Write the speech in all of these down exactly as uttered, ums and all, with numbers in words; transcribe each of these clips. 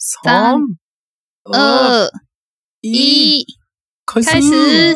三、 二、一， 开始。 开始。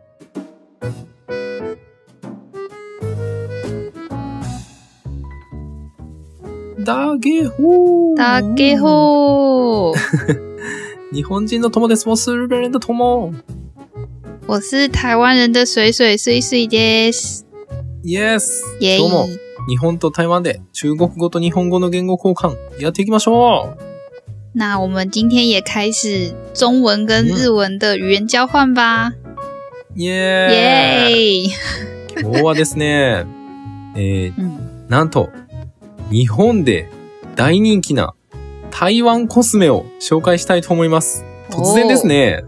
大家好。 大家好， 日本人の友です。我是日本人的友。 我是台湾人的水水水水です。 Yes。 耶今日も日本と台湾で中国語と日本語の言語交換やっていきましょう。 那我们今天也开始中文跟日文的语言交换吧。 イエーイ。 耶！ 今日はですね、えー嗯， なんと日本で大人気な台湾コスメを紹介したいと思います。突然ですね。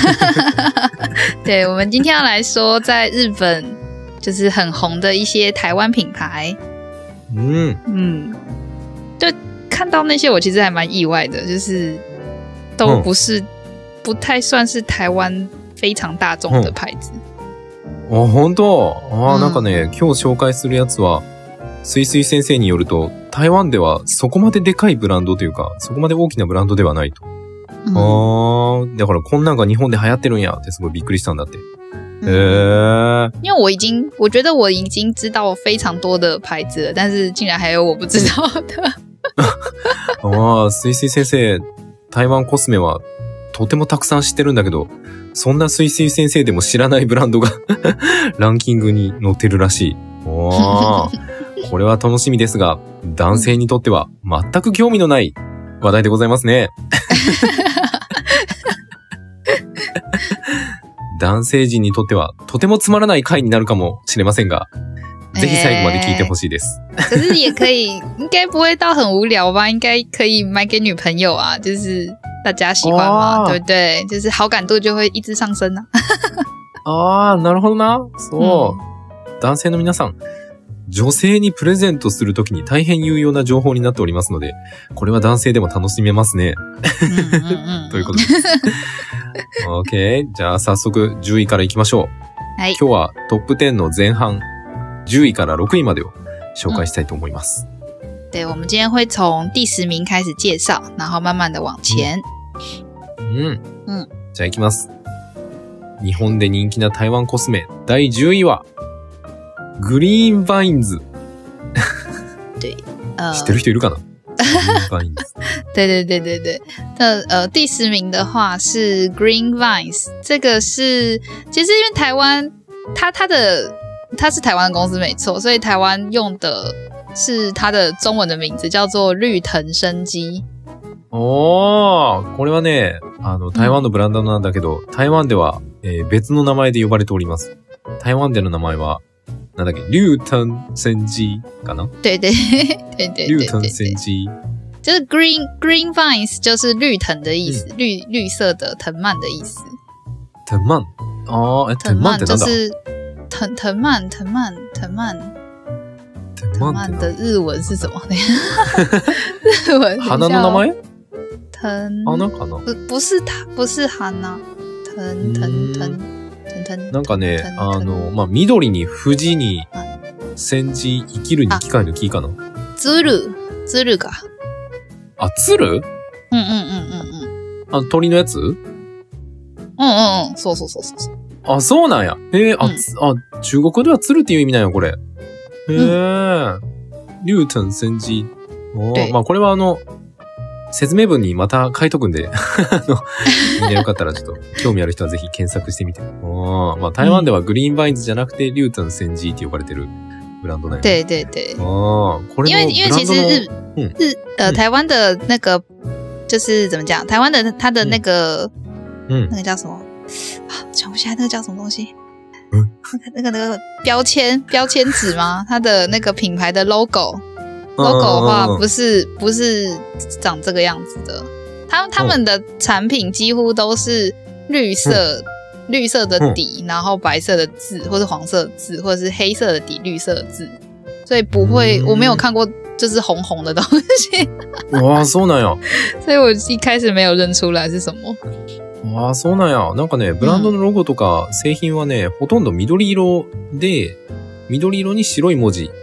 对，我们今天要来说在日本就是很红的一些台湾品牌。 うん。 嗯，就看到那些我其实还蛮意外的，就是都不是、嗯、不太算是台湾非常大众的牌子。 あ、本当。あ、うん、なんかね、今日紹介するやつはすいすい先生によると台湾ではそこまででかいブランドというかそこまで大きなブランドではないと。 嗯、 あー、だからこんなんが日本で流行ってるんやってすごいびっくりしたんだって。 嗯、 へー。 因为我已经我觉得我已经知道非常多的牌子了，但是竟然还有我不知道的。 ああ、すいすい先生、台湾コスメはとてもたくさん知ってるんだけど、そんなすいすい先生でも知らないブランドがランキングに載ってるらしい。おー、これは楽しみですが、男性にとっては全く興味のない話題でございますね。男性陣にとってはとてもつまらない回になるかもしれませんが、ぜひ最後まで聞いてほしいです。 可是也可以，应该不会到很无聊吧？应该可以买给女朋友啊，就是大家喜欢嘛，对不对？就是好感度就会一直上升啊。 ああ、なるほどな。そう、うん、男性の皆さん、女性にプレゼントするときに大変有用な情報になっておりますので、これは男性でも楽しめますね。ということです。OK。じゃあ早速じゅういからいきましょう。はい。今日はトップじゅうの前半、じゅういからろくいまでを紹介したいと思います。 嗯、对，我们今天会从第十名开始介绍，然后慢慢的往前。 うん。うん。じゃあいきます。日本で人気な台湾コスメだいじゅういはグリーンバインズ。 对，呃， 知ってる人いるかな？グリーンバインズ。 对对对对对。那呃，第十名的话是 Green Vines， 这个是其实因为台湾它它的它是台湾的公司没错，所以台湾用的是它的中文的名字叫做绿藤生機。 おー、これはね、あの台湾のブランドなんだけど、うん、台湾では、えー、別の名前で呼ばれております。台湾での名前はなんだっけ、绿藤生機かな？ 对对对对， 绿藤生機。 就是 green green vines 就是绿藤的意思，嗯、绿绿色的藤蔓的意思。 藤蔓？哦，藤蔓ってなんだ？ 就是藤藤蔓藤蔓藤蔓藤蔓的日文是什么？日文花の名前？ 藤花かな？ 不不是它，不是花，藤藤藤。 なんかね、あの、まあ、緑に藤に生じ生きるに機械の木かな。 つる、つるが。 あ、つる？ うんうんうんうんうん。 あ、鳥のやつ？うんうんうん。そうそうそうそう。 あ、そうなんや。えー、あ、うん、あ、中国ではつるっていう意味なんや、これ。へえー。绿藤生機。まあ、これはあの、説明文にまた書いとくんで、あの、みんなよかったらちょっと興味ある人はぜひ検索してみて。あ、まあ、台湾ではグリーンバインズじゃなくて、绿藤生機って呼ばれてるブランドなんや。 对对对。 ああ、これのブランドの。因为因为其实日、 嗯、日呃台湾的那个就是怎么讲？台湾的它的那个嗯那个叫什么？啊，想不起来那个叫什么东西。嗯，那个那个那个标签标签纸吗？它的那个品牌的 logo。logo 的话不是不是长这个样子的，他他们的产品几乎都是绿色、嗯、绿色的底、嗯、然后白色的字或是黄色的字或者是黑色的底绿色的字，所以不会、嗯、我没有看过就是红红的东西。 哇、そうなんや。 所以我一开始没有认出来是什么。 ああ、そうなんや。なんかね、ブランドのロゴとか製品はね、うん、ほとんど緑色で緑色に白い文字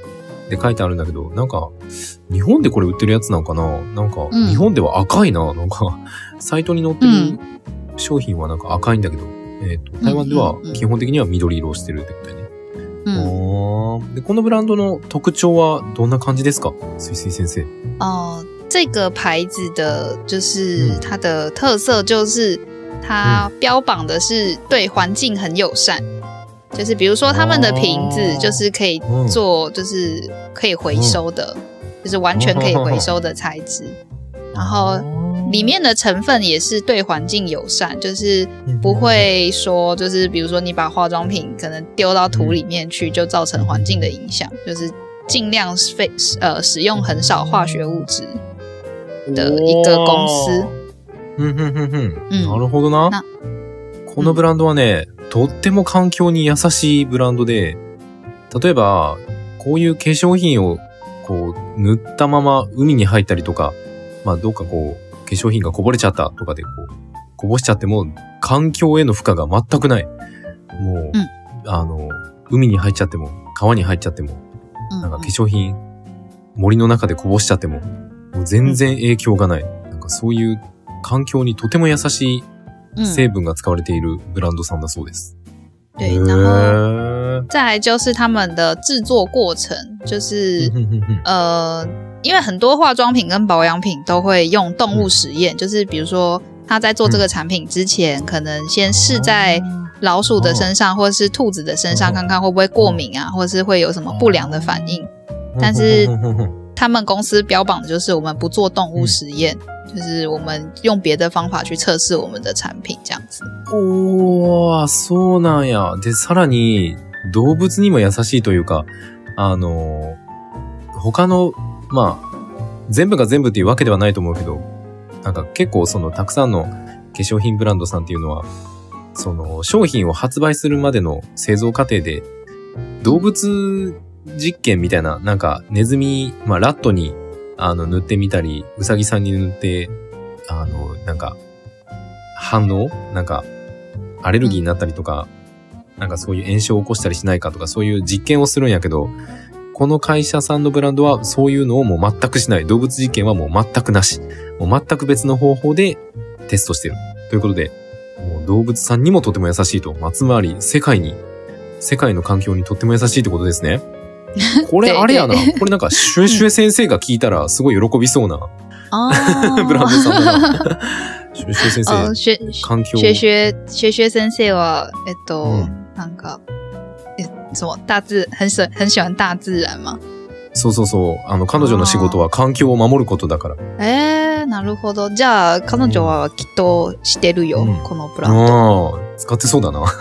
で書いてあるんだけど、なんか、日本でこれ売ってるやつなんかななんか、うん、日本では赤いななんか、サイトに載ってる商品はなんか赤いんだけど、えっと、台湾では基本的には緑色をしてるってことだよね。うん、でこのブランドの特徴はどんな感じですか？すいすい先生。 哦、呃，这个牌子的就是它的特色就是它标榜的是对环境很友善。就是比如说他们的瓶子就是可以做就是可以回收的、嗯、就是完全可以回收的材质、哦、然后里面的成分也是对环境友善，就是不会说就是比如说你把化妆品可能丢到土里面去就造成环境的影响，就是尽量费呃使用很少化学物质的一个公司。 うんふんふんふん。なるほどな。このブランドはね、とっても環境に優しいブランドで、例えば、こういう化粧品をこう塗ったまま海に入ったりとか、まあどっかこう化粧品がこぼれちゃったとかでこうこぼしちゃっても環境への負荷が全くない。もう、うん、あの海に入っちゃっても川に入っちゃっても、うん、なんか化粧品森の中でこぼしちゃっても、もう全然影響がない。うん、なんかそういう環境にとても優しい成分が使われているブランドさんだそうです。 对，然后再来就是他们的制作过程，就是呃，因为很多化妆品跟保养品都会用动物实验，就是比如说他在做这个产品之前，可能先试在老鼠的身上或是兔子的身上，看看会不会过敏啊，或是会有什么不良的反应。但是他们公司标榜的就是我们不做动物实验。就是我们用别的方法去測試我們的產品這樣子。 おー、そうなんや。で、さらに動物にも優しいというか、あの、他の、まあ、全部が全部っていうわけではないと思うけど、なんか結構そのたくさんの化粧品ブランドさんっていうのは、その商品を発売するまでの製造過程で動物実験みたいな、なんかネズミ、まあラットにあの、塗ってみたり、うさぎさんに塗って、あの、なんか、反応なんか、アレルギーになったりとか、なんかそういう炎症を起こしたりしないかとか、そういう実験をするんやけど、この会社さんのブランドはそういうのをもう全くしない。動物実験はもう全くなし。もう全く別の方法でテストしてる。ということで、もう動物さんにもとても優しいと。まあ、つまり、世界に、世界の環境にとっても優しいってことですね。これあれやな。これなんかシュエシュエ先生が聞いたらすごい喜びそうなブランドさんだな。シュエシュエ先生、環境。 シュエシュエ、シュエシュエ先生は、えっと、うん、なんか、え、什么大自很喜很喜欢大自然吗？ そうそうそう。あの彼女の仕事は環境を守ることだから。 えー、なるほど。じゃあ彼女はきっとしてるよ、うん、このブランド。ああ、使ってそうだな。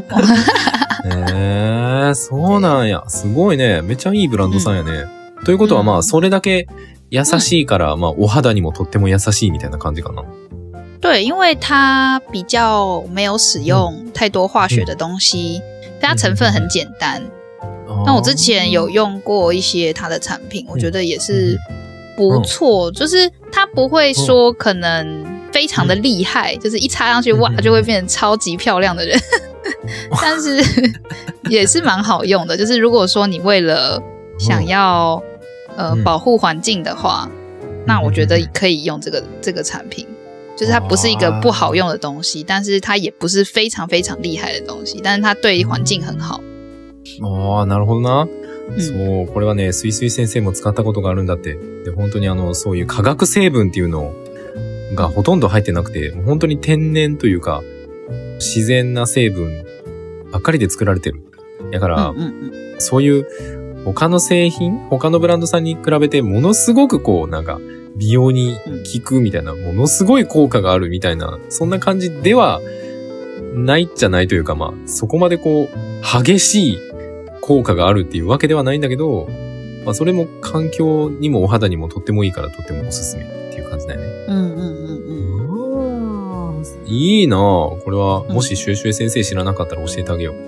えー、そうなんや。すごいね。めちゃいいブランドさんやね。うん、ということはまあ、それだけ優しいから、うん、まあ、お肌にもとっても優しいみたいな感じかな。 对，因为它比较没有使用太多化学的东西，嗯、它成分很简单。嗯、那我之前有用过一些它的产品，嗯、我觉得也是不错，嗯、就是它不会说可能非常的厉害，嗯、就是一擦上去哇就会变成超级漂亮的人。但是也是蛮好用的，就是如果说你为了想要、嗯、呃保護環境的話、嗯、那我覺得可以用這個這個產品，就是它不是一個不好用的東西，但是它也不是非常非常厲害的東西，但是它對環境很好。 ああ、なるほどな、うん、そうこれはねすいすい先生も使ったことがあるんだって。で本当にあのそういう化学成分っていうのがほとんど入ってなくて、本当に天然というか自然な成分ばっかりで作られてる。だから、うんうんうん、そういう他の製品、他のブランドさんに比べてものすごくこうなんか美容に効くみたいな、ものすごい効果があるみたいな、そんな感じではないじゃないというか、まあそこまでこう激しい効果があるっていうわけではないんだけど、まあそれも環境にもお肌にもとってもいいからとってもおすすめっていう感じだよね。 うんうんうんうん。 いいなぁ。これは、もしシュエシュエ先生知らなかったら教えてあげよう。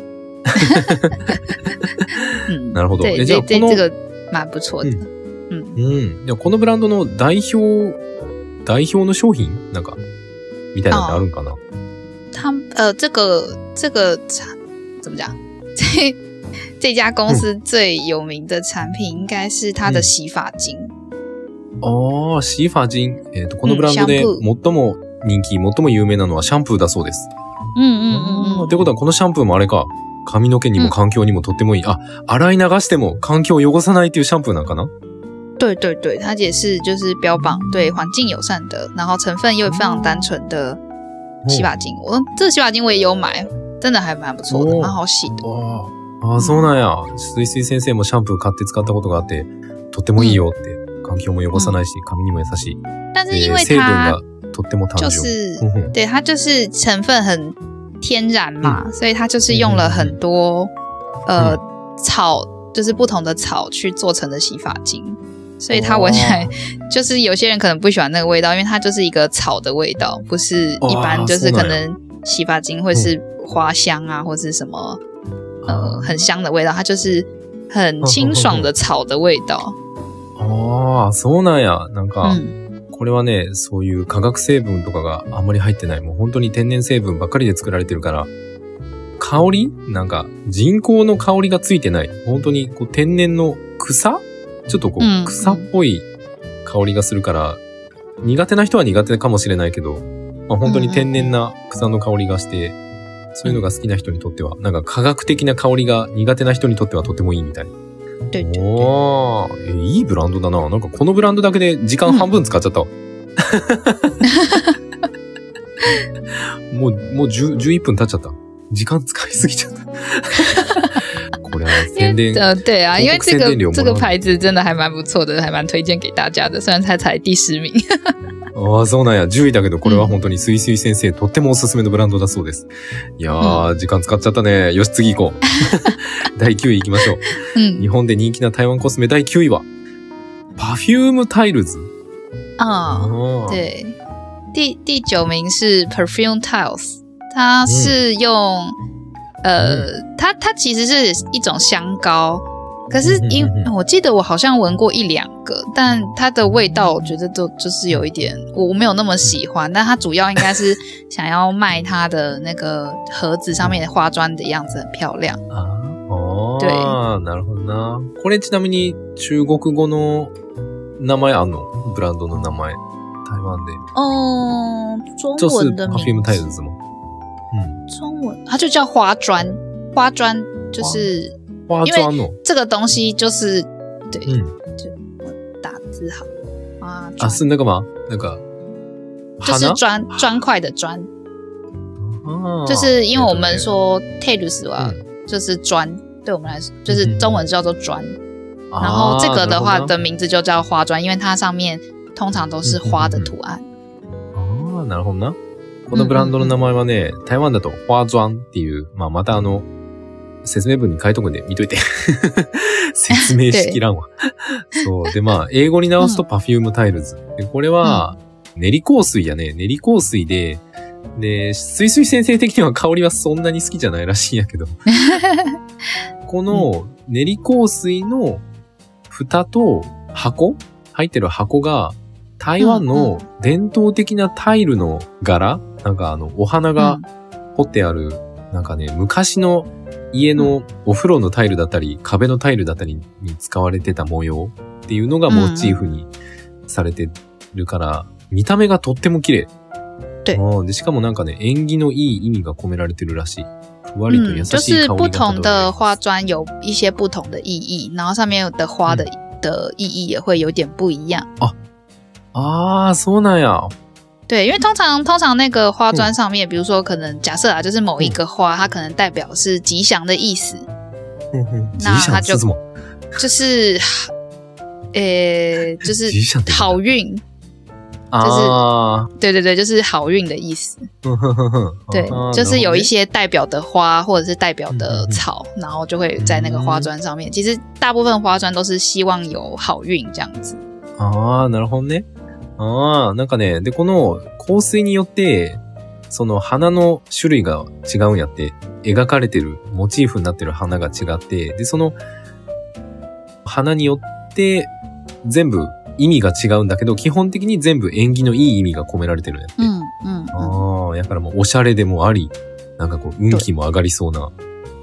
なるほど。 え、じゃあこの、这个蛮不错的。 うん。うん。じゃあこのブランドの代表、代表の商品なんか、みたいなのってあるんかな？ 他呃，这个这个怎么讲？这这家公司最有名的产品应该是它的洗发精。 ああ、洗发精。えっと、このブランドで最も人気、最も有名なのはシャンプーだそうです。 うんうんうんうん。 ってことはこのシャンプーもあれか。髪の毛にも環境にもとってもいい。あ、洗い流しても環境を汚さないっていうシャンプーなんかな？ 对对对，它也是就是标榜对环境友善的，然后成分又非常单纯的洗发精。我这个洗发精我也有买，真的还蛮不错的，蛮好洗的。 ああ、そうなんや。すいすい先生もシャンプー買って使ったことがあって、とってもいいよって。環境も汚さないし、髪にも優しい。 但是因为它就是对它就是成分很天然嘛，嗯、所以它就是用了很多、嗯、呃草，就是不同的草去做成的洗发精，所以它闻起来就是有些人可能不喜欢那个味道，因为它就是一个草的味道，不是一般就是可能洗发精会是花香啊，或是什么呃很香的味道，它就是很清爽的草的味道。 ああ、そうなんや。なんか、うん、これはね、そういう化学成分とかがあんまり入ってない。もう本当に天然成分ばっかりで作られてるから、香りなんか人工の香りがついてない。本当にこう天然の草ちょっとこう草っぽい香りがするから、うん、苦手な人は苦手かもしれないけど、まあ、本当に天然な草の香りがして、そういうのが好きな人にとっては、なんか化学的な香りが苦手な人にとってはとてもいいみたいな。 对对对。 おー、え、いいブランドだな。なんかこのブランドだけで時間半分使っちゃったわ。うん、もう、もうじゅう、じゅういっぷん経っちゃった。時間使いすぎちゃった。これは宣伝。 呃，对啊，因为这个这个牌子真的还蛮不错的，还蛮推荐给大家的。虽然它才第十名。 ああ、そうなんや。じゅういだけど、これは本当にすいすい先生、とってもおすすめのブランドだそうです。いやー、うん、時間使っちゃったね。よし、次行こう。だいきゅうい行きましょう、うん。日本で人気な台湾コスメだいきゅういは、Perfume Tiles。 啊、哦，对。第第九名是 Perfume Tiles， 它是用、嗯、呃，它它其实是一种香膏。可是因我记得我好像闻过一两个，但它的味道我觉得都就是有一点我没有那么喜欢，但它主要应该是想要卖它的那个盒子上面的花砖的样子很漂亮。 ああ、对。なるほどな。これちなみに中国語の名前あんの？ブランドの名前。台湾的。 嗯，中文的名字。 就是 Perfume Tiles 吗？ 嗯，中文它就叫花砖，花砖就是。因为这个东西就是对、嗯、就我打字好啊啊是那个吗？那个就是砖砖块的砖、啊、就是因为我们说 tiles 啊、嗯、就是砖，对我们来说就是中文叫做砖、嗯、然后这个的话的名字就叫花砖，因为它上面通常都是花的图案。 ああ、なるほどな。このブランドの名前はね、台湾だと花砖っていう、まあまたあの説明文に書いとくんで見といて。説明しきらんわ。そう。で、まあ、英語に直すと Perfume Tiles。で、これは、練り香水やね。練り香水で、で、すいすい先生的には香りはそんなに好きじゃないらしいんやけど。この練り香水の蓋と箱入ってる箱が、台湾の伝統的なタイルの柄、なんかあの、お花が彫ってある、なんかね、昔の家のお風呂のタイルだったり、壁のタイルだったりに使われてた模様っていうのがモチーフにされてるから、見た目がとっても綺麗。 对。 で、しかもなんかね、縁起のいい意味が込められてるらしい。ふわりと優しい香りが、 就是不同的花砖有一些不同的意义，然后上面的花的、嗯、的意义也会有点不一样。 あ、あー、そうなんや。 对，因为通常通常那个花砖上面、嗯、比如说可能假设啊，就是某一个花、嗯、它可能代表是吉祥的意思。 嗯嗯，那它就就是呃就是好运。就是、啊、对对对，就是好运的意思。对、啊，就是有一些代表的花或者是代表的草、嗯、然后就会在那个花砖上面、嗯、其實大部分花砖都是希望有好運这样子。 ああ、なるほどね。ああ、なんかね、で、この香水によって、その花の種類が違うんやって、描かれてる、モチーフになってる花が違って、で、その花によって全部意味が違うんだけど、基本的に全部縁起のいい意味が込められてるんやって。 うん、うん。 ああ、やからもうおしゃれでもあり、なんかこう運気も上がりそうな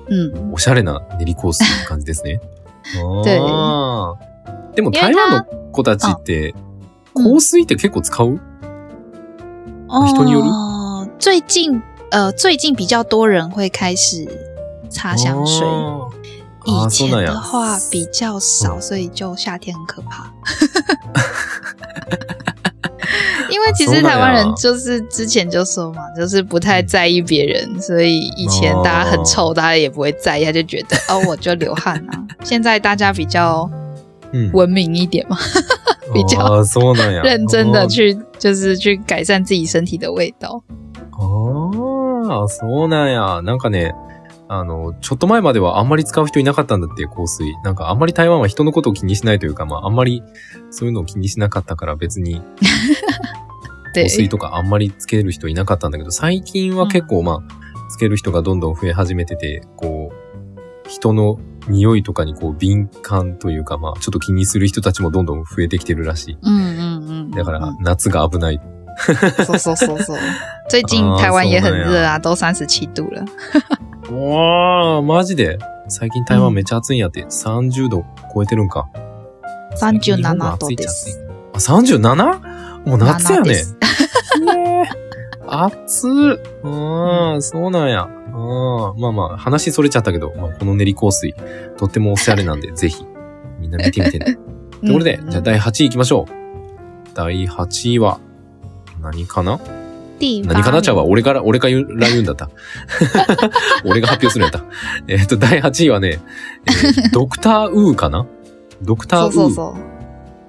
嗯， おしゃれな練り香水って感じですね。 对。 でも台湾の子たちって、香水って結構使う？人による？ 最近呃最近比较多人会开始擦香水。以前的话比较少，所以就夏天很可怕。因为其实台湾人就是之前就说嘛，就是不太在意别人，所以以前大家很臭，大家也不会在意，他就觉得哦我就流汗啊。现在大家比较文明一点嘛，比较认真的去就是去改善自己身体的味道。 ああ、そうなんや。なんかね、あの、ちょっと前まではあんまり使う人いなかったんだって、香水。なんかあんまり台湾は人のことを気にしないというか、まああんまりそういうのを気にしなかったから別に香水とかあんまりつける人いなかったんだけど、最近は結構まあ、つける人がどんどん増え始めてて、こう、人の匂いとかにこう敏感というか、まあちょっと気にする人たちもどんどん増えてきてるらしい。 うんうんうん。 だから夏が危ない。 そうそうそうそう。最近台湾也很热啊，都三十七度了。 わー、マジで最近台湾めっちゃ暑いんやって。さんじゅうど超えてるんか。 さんじゅうななどです。 あ、さんじゅうなな？ もう夏やね。暑っ。うん、そうなんや。うん、まあまあ、話それちゃったけど、まあ、この練り香水、とってもおしゃれなんで、ぜひ、みんな見てみてね。ところで、じゃあだいはちい行きましょう。だいはちいは、何かな？何かなちゃうわ。俺から、俺から言うんだった。俺が発表するんやった。えっと、だいはちいはね、えー、ドクターウーかな？ドクターウー。 そうそうそう。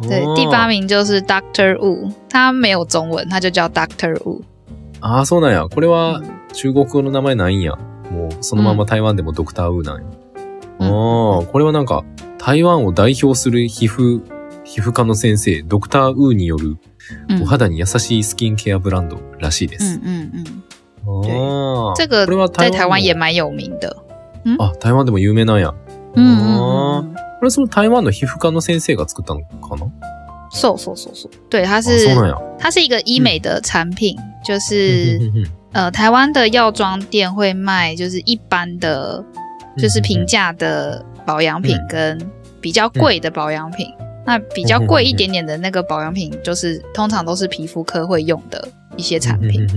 对，第八名就是 Doctor Wu， 他没有中文，他就叫 Doctor Wu。 ああ、そうなんや。これは中国語の名前ないんや。もうそのまま台湾でもドクターウーなんや。うん、ああ、これはなんか台湾を代表する皮膚、皮膚科の先生、ドクターウーによるお肌に優しいスキンケアブランドらしいです。 嗯嗯嗯。这个在台湾也蛮有名的。 あ、台湾でも有名なんや。 うんうんうん。 これその台湾の皮膚科の先生が作ったのかな？ そうそうそうそう。对，它是它是一个医美的产品，就是呃台湾的药妆店会卖，就是一般的，就是平价的保养品跟比较贵的保养品。那比较贵一点点的那个保养品，就是通常都是皮肤科会用的一些产品。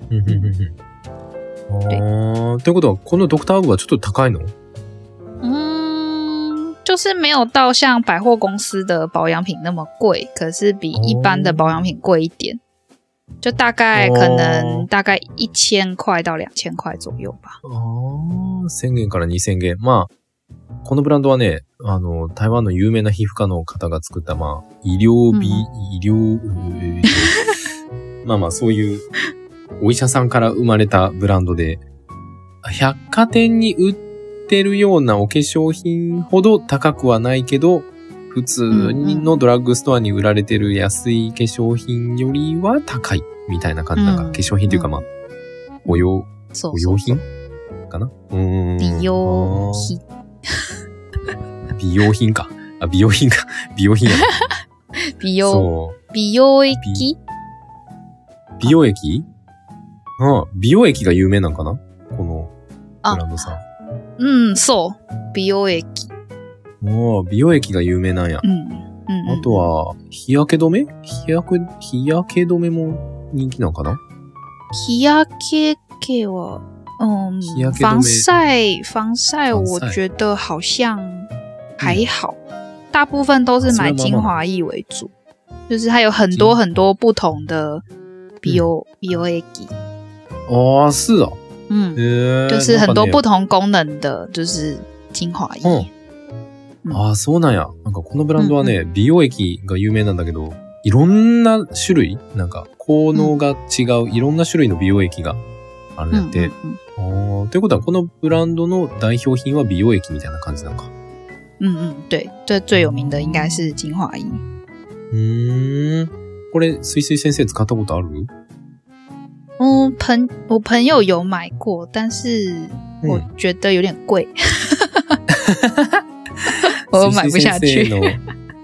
哦，ということはこのドクターウーはちょっと高いの？ 嗯，就是没有到像百货公司的保养品那么贵，可是比一般的保养品贵一点，就大概可能大概一千块到两千块左右吧。 ああ、千元から二千元。まあこのブランドはね、あの台湾の有名な皮膚科の方が作ったまあ医療美、うん、医療、えー、まあまあそういうお医者さんから生まれたブランドで、百貨店に売ってるようなお化粧品ほど高くはないけど、普通のドラッグストアに売られてる安い化粧品よりは高いみたいな感じ。なんか化粧品というかまあ、お洋、お洋品かな？うーん。 美容品。 美容品か。あ、美容品か。美容品や。 美容、美容液？ 美容液？ああ、美容液が有名なんかな？このブランドさん。 うん、そう。美容液。 ああ、美容液が有名なんや。うん。うん、あとは、日焼け止め？日焼け、日焼け止めも人気なんかな？ 日焼け系は、嗯，防晒防晒，我觉得好像还好，大部分都是买精华液为主，就是它有很多很多不同的美容美容液。 哦，是哦， 嗯，就是很多不同功能的，就是精華液。 ああ、そうなんや。なんかこのブランドはね、美容液が有名なんだけど、いろんな種類、なんか効能が違ういろんな種類の美容液があるんやって。哦，ということはこのブランドの代表品は美容液みたいな感じなのか。 嗯嗯，对，这最有名的应该是精華液。 うーん、これ水水先生使ったことある？ 嗯，朋我朋友有买过，但是我觉得有点贵，我买不下去。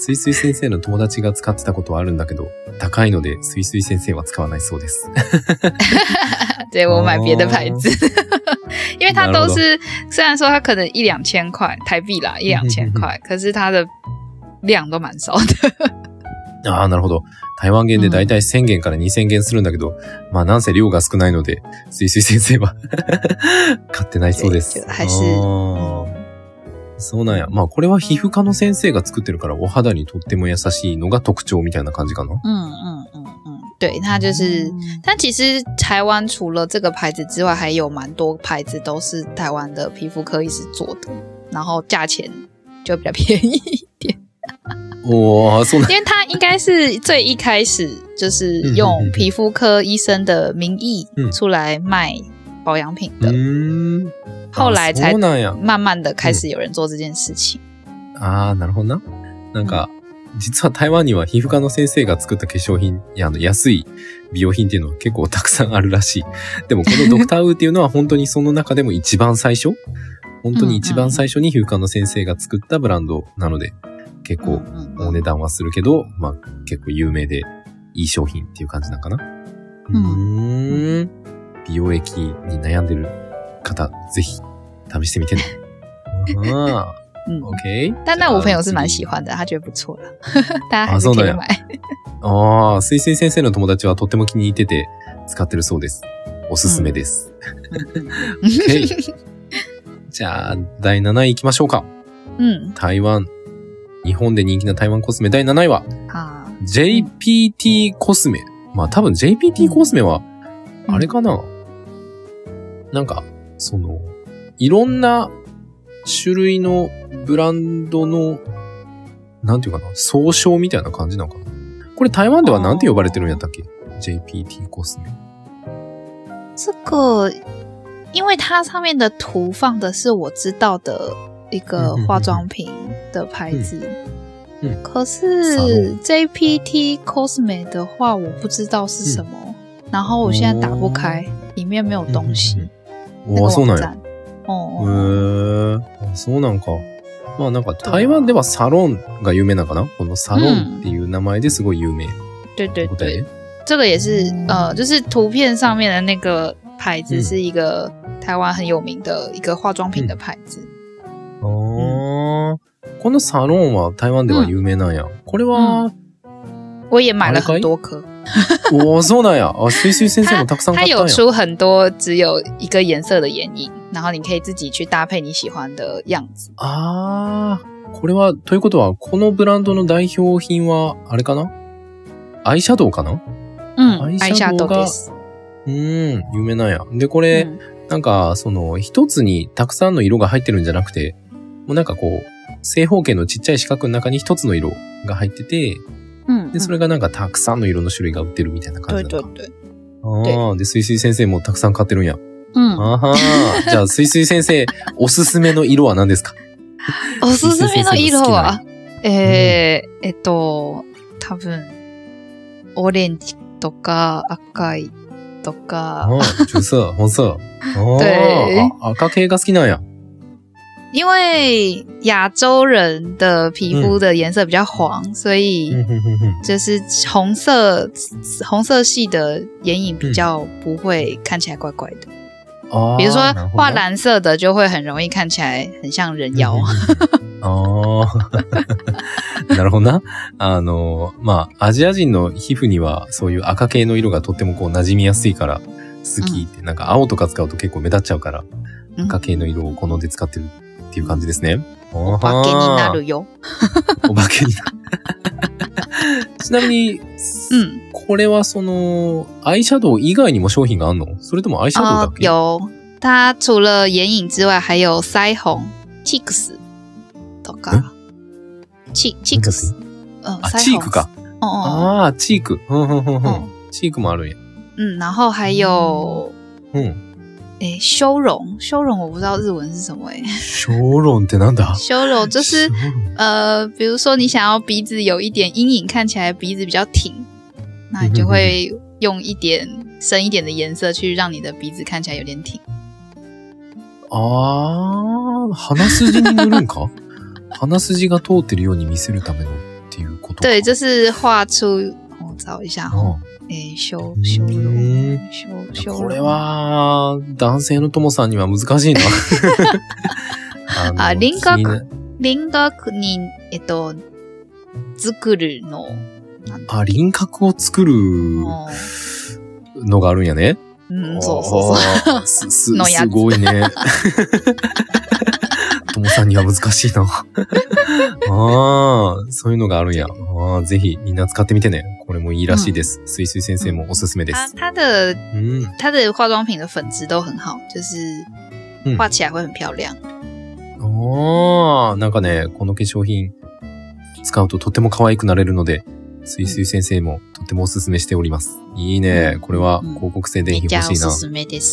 すいすい先生の友達が使ってたことはあるんだけど、高いので、すいすい先生は使わないそうです。 对，我买别的牌子。因为它都是，虽然说它可能一两千块台币啦，一两千块，可是它的量都蛮少的。 ああ、なるほど。台湾元でだいたいせんげんからにせんげんするんだけど、うん、まあなんせ量が少ないので、すいすい先生は買ってないそうです。 还是、 そうなんや。まあこれは皮膚科の先生が作ってるからお肌にとっても優しいのが特徴みたいな感じかな。 うんうんうんうん。对，它就是，但其实台湾除了这个牌子之外，还有蛮多牌子都是台湾的皮肤科医师做的，然后价钱就比较便宜一点。 哇，そうなん。 因为它应该是最一开始就是用皮肤科医生的名义出来卖保养品的，嗯、后来才慢慢的开始有人做这件事情。 ああ、なるほどな。なんか、実は台湾には皮膚科の先生が作った化粧品やあの安い美容品っていうのは結構たくさんあるらしい。でもこのドクターウーっていうのは本当にその中でも一番最初、本当に一番最初に皮膚科の先生が作ったブランドなので、結構お値段はするけど、まあ結構有名でいい商品っていう感じなのかな。うーん。美容液に悩んでる方、ぜひ試してみてね。ああ。 嗯 ，OK。 但那我朋友是蛮喜欢的，他觉得不错了，大家还是可以買。 ああ、すいすい先生の友達はとっても気に入ってて使ってるそうです。おすすめです。うん、OK。じゃあ、だいなない行きましょうか。 うん。 台湾。日本で人気な台湾コスメだいなないは、ジェイピーティー コスメ。まあ多分 ジェイピーティー コスメは、あれかな、うん、なんか、その、いろんな種類のブランドの、なんていうかな、総称みたいな感じなのかな。これ台湾ではなんて呼ばれてるんやったっけ？ ジェイピーティー コスメ。 这个，因为它上面的图放的是我知道的一个化妆品的牌子，嗯嗯、可是 J P T Cosme 的话我不知道是什么，嗯、然后我现在打不开，里面没有东西。 嗯、那个网站。哦。へー、そうなんか。まあなんか台湾ではサロンが有名なのかな？このサロンっていう名前ですごい有名。 对对对。这个也是呃，就是图片上面的那个牌子是一个台湾很有名的一个化妆品的牌子。 ああ、このサロンは台湾では有名なんや。これは、 我也买了很多颗。 おー、そうなんや。あ、すいすい先生もたくさん買ったんや。 它有出很多只有一个颜色的眼影，然后你可以自己去搭配你喜欢的样子。 あー、これは、ということは、このブランドの代表品は、あれかな？アイシャドウかな？ うん、アイシャドウです。 うーん、有名なんや。で、これ、うん、なんか、その、一つにたくさんの色が入ってるんじゃなくて、もうなんかこう、正方形のちっちゃい四角の中に一つの色が入ってて、うんうん、で、それがなんかたくさんの色の種類が売ってるみたいな感じなのか。 对对对。 ああ、で、すいすい先生もたくさん買ってるんや。 うん。 あはー。じゃあ、すいすい先生、おすすめの色は何ですか？ おすすめの色は、えー、えっと、多分、オレンジとか赤いとか。 ああ、橘色、红色。 对。 赤系が好きなんや。 因为亚洲人的皮肤的颜色比较黄，嗯、所以就是红色、嗯、红色系的眼影比较不会看起来怪怪的。哦、比如说画蓝色的就会很容易看起来很像人妖。 哦、なるほどな。あの、まあ、アジア人の皮膚にはそういう赤系の色がとってもこう馴染みやすいから好きって、うん、なんか青とか使うと結構目立っちゃうから、赤系の色を好んで使ってる。っていう感じですね。 お化けになるよ。 お化けになる。ちなみに、うん、これはその、アイシャドウ以外にも商品があるの？それともアイシャドウだけ？ 有。它除了眼影之外，还有腮红、チークスとか。チ、チークス。 うん、あ、チークか。ああ、チーク。うんうんうんうん。チークもあるんや。 嗯，然后还有， 嗯。 诶，修容，修容我不知道日文是什么诶。 修容ってなんだ？ 修容就是呃，比如说你想要鼻子有一点阴影，看起来鼻子比较挺，那你就会用一点深一点的颜色去让你的鼻子看起来有点挺。 あー、鼻筋に塗るんか？鼻筋が通ってるように見せるためのっていことか。 对，就是画出我找一下哦。えー、修修容修修これは男性の友さんには難しいな。 あ、輪郭輪郭にえっと作るの。 あ、輪郭を作るのがあるんやね。 うん、そうそうそう。 す、す、すごいね。ともさんには難しいな。ああ、そういうのがあるんや。ああ、ぜひみんな使ってみてね。これもいいらしいです。すいすい先生もおすすめです。 他的、嗯、他的化妆品的粉质都很好，就是画起来会很漂亮。 ああ、なんかね、この化粧品使うととても可愛くなれるので、すいすい先生もとてもおすすめしております。いいね。これは広告宣伝費欲しいな。 めっちゃおすすめです。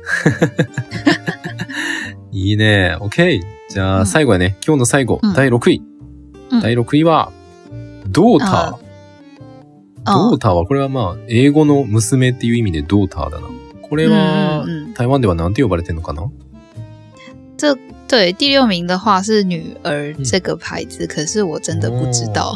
いいね。OK。じゃあ最後やね。今日の最後、うん、だいろくい。うん、だいろくいは、ドーター。ドーターは、これはまあ、英語の娘っていう意味でドーターだな。これは、台湾では何て呼ばれてるのかな？ 这对第六名的话是女儿这个牌子，嗯、可是我真的不知道。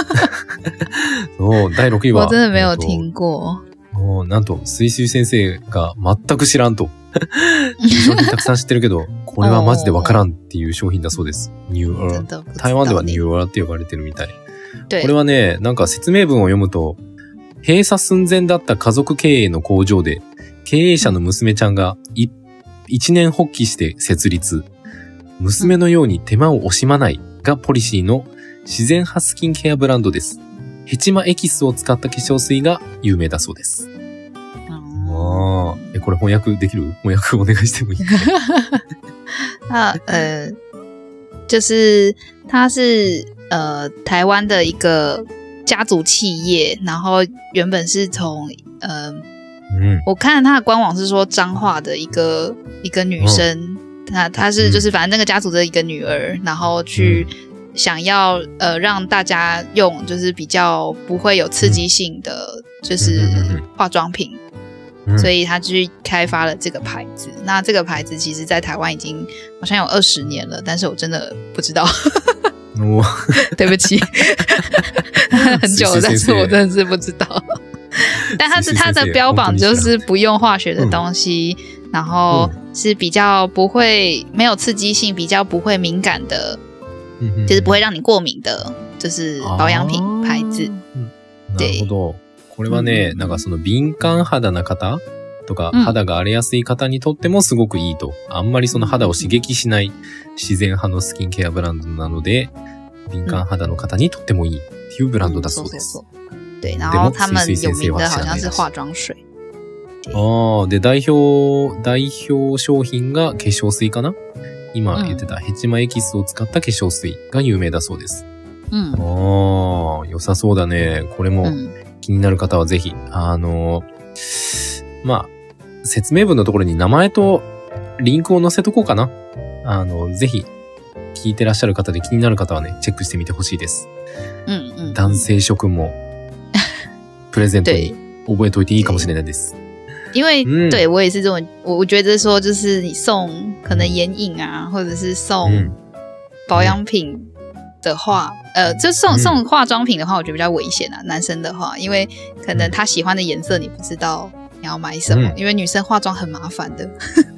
そう、だいろくいは。 我真的没有听过。 おなんと、すいすい先生が全く知らんと。商品たくさん知ってるけど、これはマジでわからんっていう商品だそうです。ニューアー。台湾ではニューアーって呼ばれてるみたい。これはね、なんか説明文を読むと、閉鎖寸前だった家族経営の工場で、経営者の娘ちゃんが一年発起して設立。娘のように手間を惜しまないがポリシーの自然派スキンケアブランドです。ヘチマエキスを使った化粧水が有名だそうです。ああ、え、これ翻訳できる？翻訳お願いしてもいいか那呃，就是它是呃台湾的一个家族企业，然后原本是从呃，嗯，我看它的官网是说彰化的一个一个女生，她、哦、她是就是反正那个家族的一个女儿，然后去想要呃让大家用就是比较不会有刺激性的就是化妆品。所以他去开发了这个牌子。那这个牌子其实在台湾已经好像有二十年了，但是我真的不知道。对不起。很久了，但是我真的是不知道。但它是它的标榜就是不用化学的东西，嗯、然后是比较不会没有刺激性，比较不会敏感的，嗯、就是不会让你过敏的，就是保养品牌子。 对。なるほど。これはね、なんかその敏感肌な方とか、肌が荒れやすい方にとってもすごくいいと。あんまりその肌を刺激しない自然派のスキンケアブランドなので、敏感肌の方にとってもいいっていうブランドだそうです。 对，然后他们有名的好像是化妆水。 ああ、で、代表、代表商品が化粧水かな？今言ってたヘチマエキスを使った化粧水が有名だそうです。うん、ああ、良さそうだね。これも、うん気になる方はぜひ、あの、まあ、説明文のところに名前とリンクを載せとこうかな。あの、ぜひ、聞いてらっしゃる方で気になる方はね、チェックしてみてほしいです。 うんうん、 男性諸君も、プレゼントに覚えておいていいかもしれないです。 因为、嗯、对我也是这种，我觉得说就是你送可能眼影啊，或者是送保养品。嗯的话，呃，就送送化妆品的话，我觉得比较危险啊。男生的话，因为可能他喜欢的颜色你不知道你要买什么，嗯、因为女生化妆很麻烦的。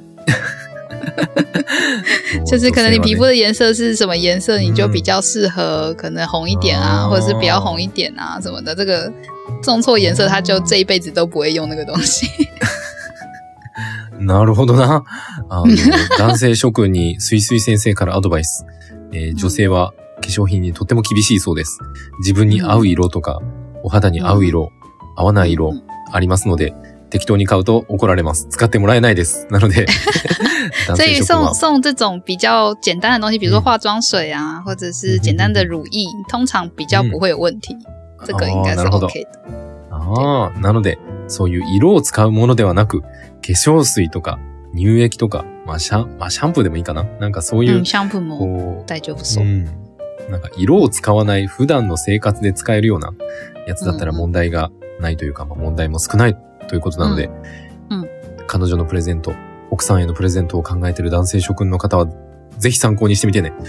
就是可能你皮肤的颜色是什么颜色，你就比较适合可能红一点啊，或者是比较红一点啊什么的。这个送错颜色，他就这一辈子都不会用那个东西。 なるほどな。あの男性諸君にすいすい先生からアドバイス。えー、女性は化粧品にとっても厳しいそうです。自分に合う色とか、お肌に合う色、合わない色ありますので、適当に買うと怒られます。使ってもらえないです。なので、 所以送送这种比较简单的东西，比如说化妆水啊，或者是简单的乳液，通常比较不会有問題。这个应该是 OK 的。 ああ、なので、そういう色を使うものではなく、化粧水とか乳液とか、まあシャン、まあシャンプーでもいいかな。なんかそういう、 うん、シャンプーも大丈夫そう。うんなんか色を使わない普段の生活で使えるようなやつだったら問題がないというか、まあ、問題も少ないということなので、うんうん、彼女のプレゼント、奥さんへのプレゼントを考えている男性諸君の方はぜひ参考にしてみてね。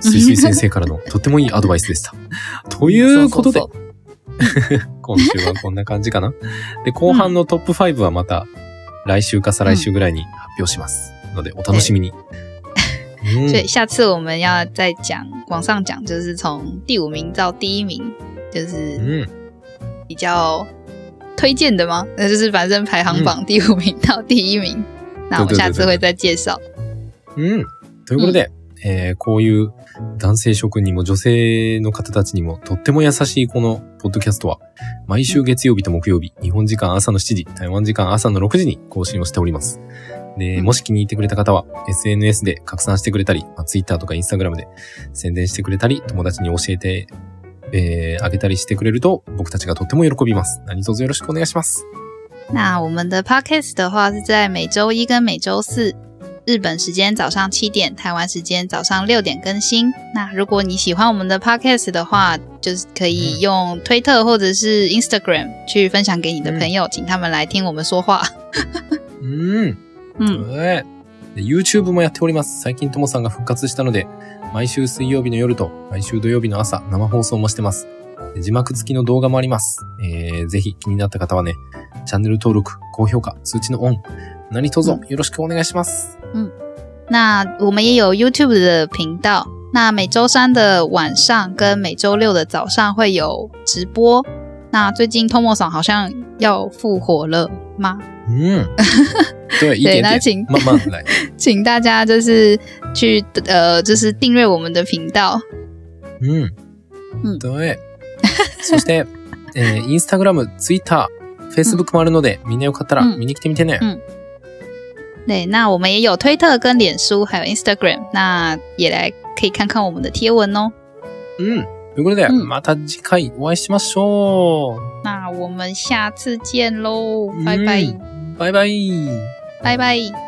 すいすい先生からのとってもいいアドバイスでした。ということで、そうそうそう今週はこんな感じかな。で、後半のトップファイブはまた来週か再来週ぐらいに発表します。うん、ので、お楽しみに。 嗯、所以下次我们要再讲往上讲，就是从第五名到第一名，就是比较推荐的吗？那就是反正排行榜第五名到第一名。嗯、那我们下次会再介紹。 うん。ということで、うんえー、こういう男性諸君にも女性の方たちにもとっても優しいこのポッドキャストは毎週月曜日と木曜日、日本時間朝のしちじ、台湾時間朝のろくじに更新をしております。で、もし気に入ってくれた方は エスエヌエス で拡散してくれたり、まあ、Twitter とか Instagram で宣伝してくれたり、友達に教えて、えー、あげたりしてくれると僕たちがとっても喜びます。何卒よろしくお願いします。 那我们的 podcast 的话是在每周一跟每周四日本时间早上七点，台湾时间早上六点更新。那如果你喜欢我们的 podcast 的话，就是可以用推特或者是 Instagram 去分享给你的朋友，嗯、请他们来听我们说话。 嗯嗯。对。YouTube もやっております。最近ともさんが復活したので、毎週水曜日の夜と毎週土曜日の朝生放送もしてます。字幕付きの動画もあります。えー、ぜひ気になった方はね、チャンネル登録、高評価、通知のオン、何卒よろしくお願いします。 嗯，那我们也有 YouTube 的频道，那每周三的晚上跟每周六的早上会有直播。那最近 Tomo 桑好像要复活了吗？ 嗯，对，一点点， 对，那请慢慢来， 请大家就是去呃，就是订阅我们的频道。 嗯嗯，对。そして、えー、Instagram、Twitter、Facebook もあるので、みんなよかったら見に来てみてね。 嗯。对，那我们也有推特跟脸书，还有 Instagram， 那也来可以看看我们的贴文哦。 嗯。ということで、うん、また次回お会いしましょう。 那我们下次见喽，拜拜。 拜拜。 拜拜。